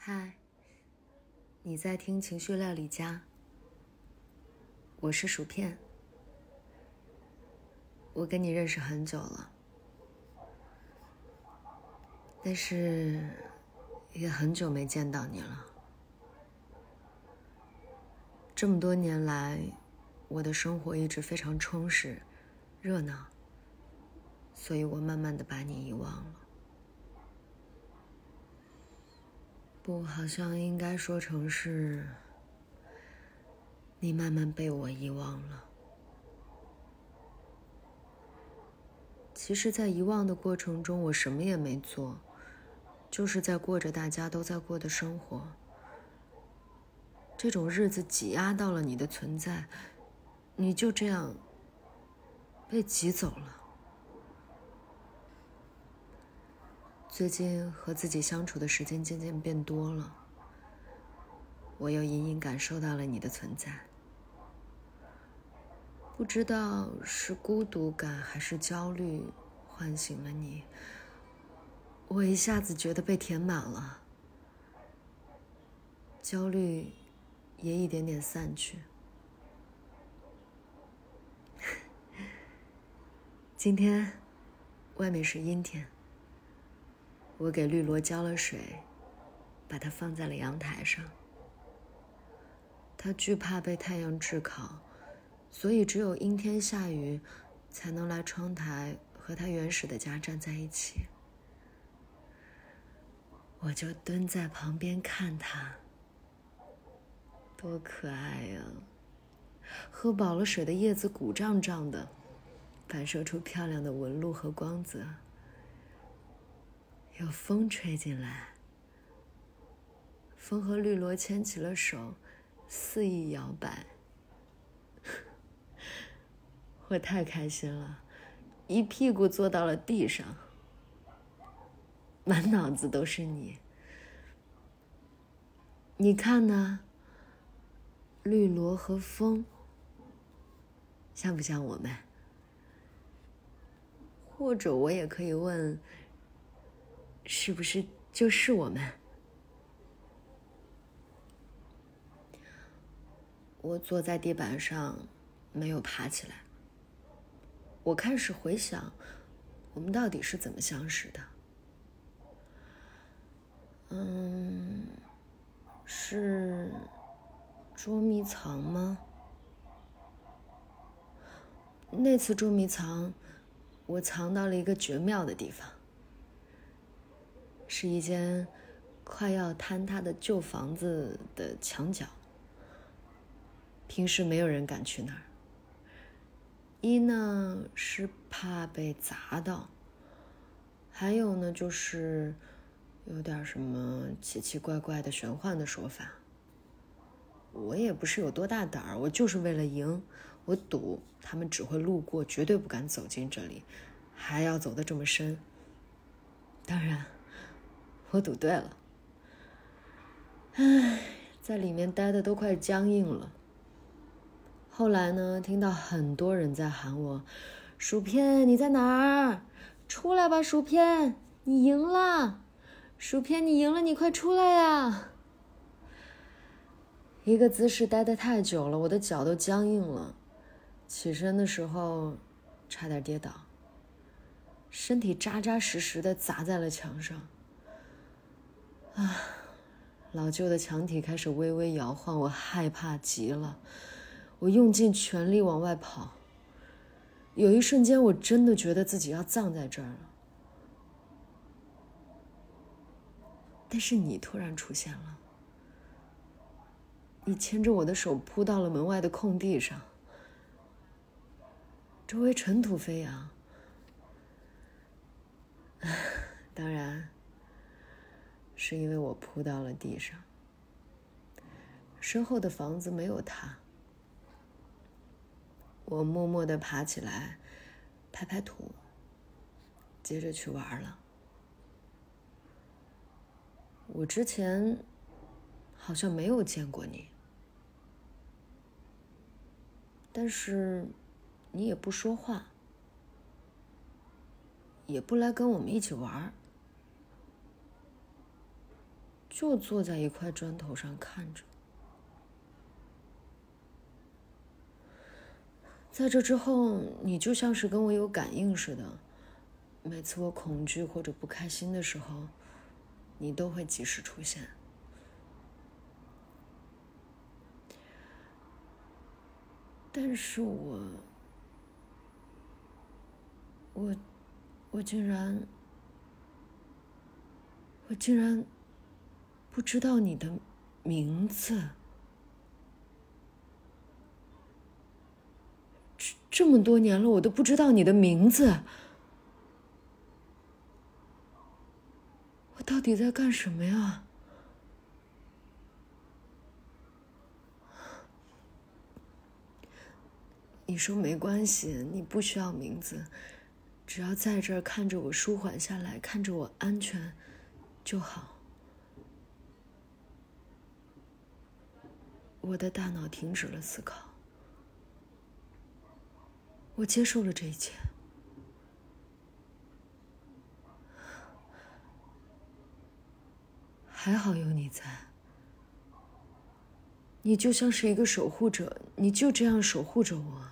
嗨，你在听情绪料理家，我是薯片。我跟你认识很久了，但是也很久没见到你了。这么多年来，我的生活一直非常充实、热闹，所以我慢慢的把你遗忘了。不，好像应该说成是你慢慢被我遗忘了。其实在遗忘的过程中，我什么也没做，就是在过着大家都在过的生活。这种日子挤压到了你的存在，你就这样被挤走了。最近和自己相处的时间渐渐变多了，我又隐隐感受到了你的存在。不知道是孤独感还是焦虑唤醒了你，我一下子觉得被填满了，焦虑也一点点散去。今天外面是阴天，我给绿萝浇了水，把它放在了阳台上。它惧怕被太阳炙烤，所以只有阴天下雨才能来窗台和它原始的家站在一起。我就蹲在旁边看它，多可爱呀！喝饱了水的叶子鼓胀胀的，反射出漂亮的纹路和光泽。有风吹进来，风和绿萝牵起了手，肆意摇摆。我太开心了，一屁股坐到了地上，满脑子都是你。你看呢？绿萝和风，像不像我们？或者我也可以问，是不是就是我们？我坐在地板上，没有爬起来。我开始回想，我们到底是怎么相识的？是捉迷藏吗？那次捉迷藏，我藏到了一个绝妙的地方，是一间快要坍塌的旧房子的墙角。平时没有人敢去那儿。一呢是怕被砸到，还有呢就是有点什么奇奇怪怪的玄幻的说法。我也不是有多大胆儿，我就是为了赢，我赌他们只会路过，绝对不敢走进这里，还要走得这么深。当然我赌对了。唉，在里面待的都快僵硬了。后来呢，听到很多人在喊我，薯片你在哪儿？出来吧，薯片，你赢了！薯片你赢了，你快出来呀！一个姿势待得太久了，我的脚都僵硬了，起身的时候差点跌倒，身体扎扎实实地砸在了墙上。老旧的墙体开始微微摇晃，我害怕极了，我用尽全力往外跑。有一瞬间，我真的觉得自己要葬在这儿了。但是你突然出现了，你牵着我的手扑到了门外的空地上，周围尘土飞扬。当然是因为我扑到了地上，身后的房子没有塌。我默默地爬起来，拍拍土，接着去玩了。我之前好像没有见过你，但是你也不说话，也不来跟我们一起玩， 就坐在一块砖头上看着。在这之后，你就像是跟我有感应似的，每次我恐惧或者不开心的时候，你都会及时出现。但是我竟然不知道你的名字。这么多年了，我都不知道你的名字。我到底在干什么呀？你说没关系，你不需要名字，只要在这儿看着我舒缓下来，看着我安全就好。我的大脑停止了思考，我接受了这一切。还好有你在，你就像是一个守护者，你就这样守护着我。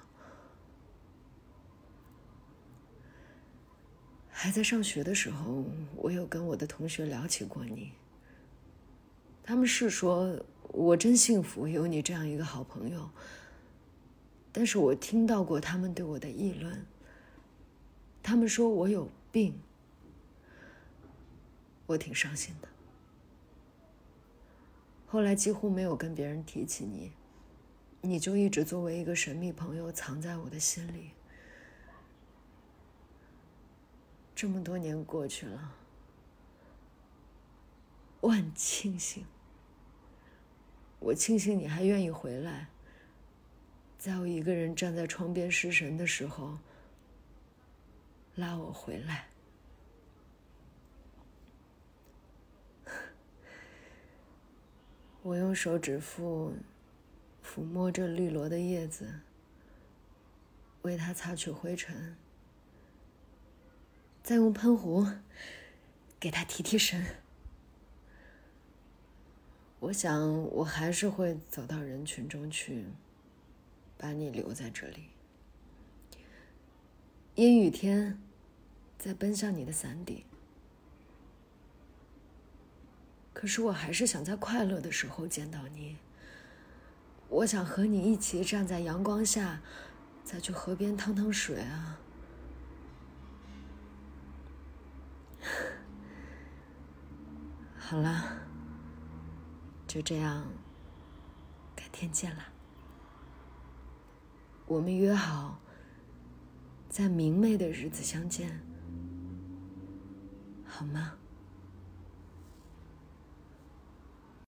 还在上学的时候，我有跟我的同学聊起过你。他们是说我真幸福，有你这样一个好朋友。但是我听到过他们对我的议论，他们说我有病，我挺伤心的。后来几乎没有跟别人提起你，你就一直作为一个神秘朋友藏在我的心里。这么多年过去了，我很庆幸，我庆幸你还愿意回来，在我一个人站在窗边失神的时候，拉我回来。我用手指腹抚摸着绿萝的叶子，为它擦去灰尘，再用喷壶给它提提神。我想我还是会走到人群中去，把你留在这里。阴雨天，再奔向你的伞底。可是我还是想在快乐的时候见到你。我想和你一起站在阳光下，再去河边趟趟水啊。好了，就这样，改天见啦。我们约好，在明媚的日子相见，好吗？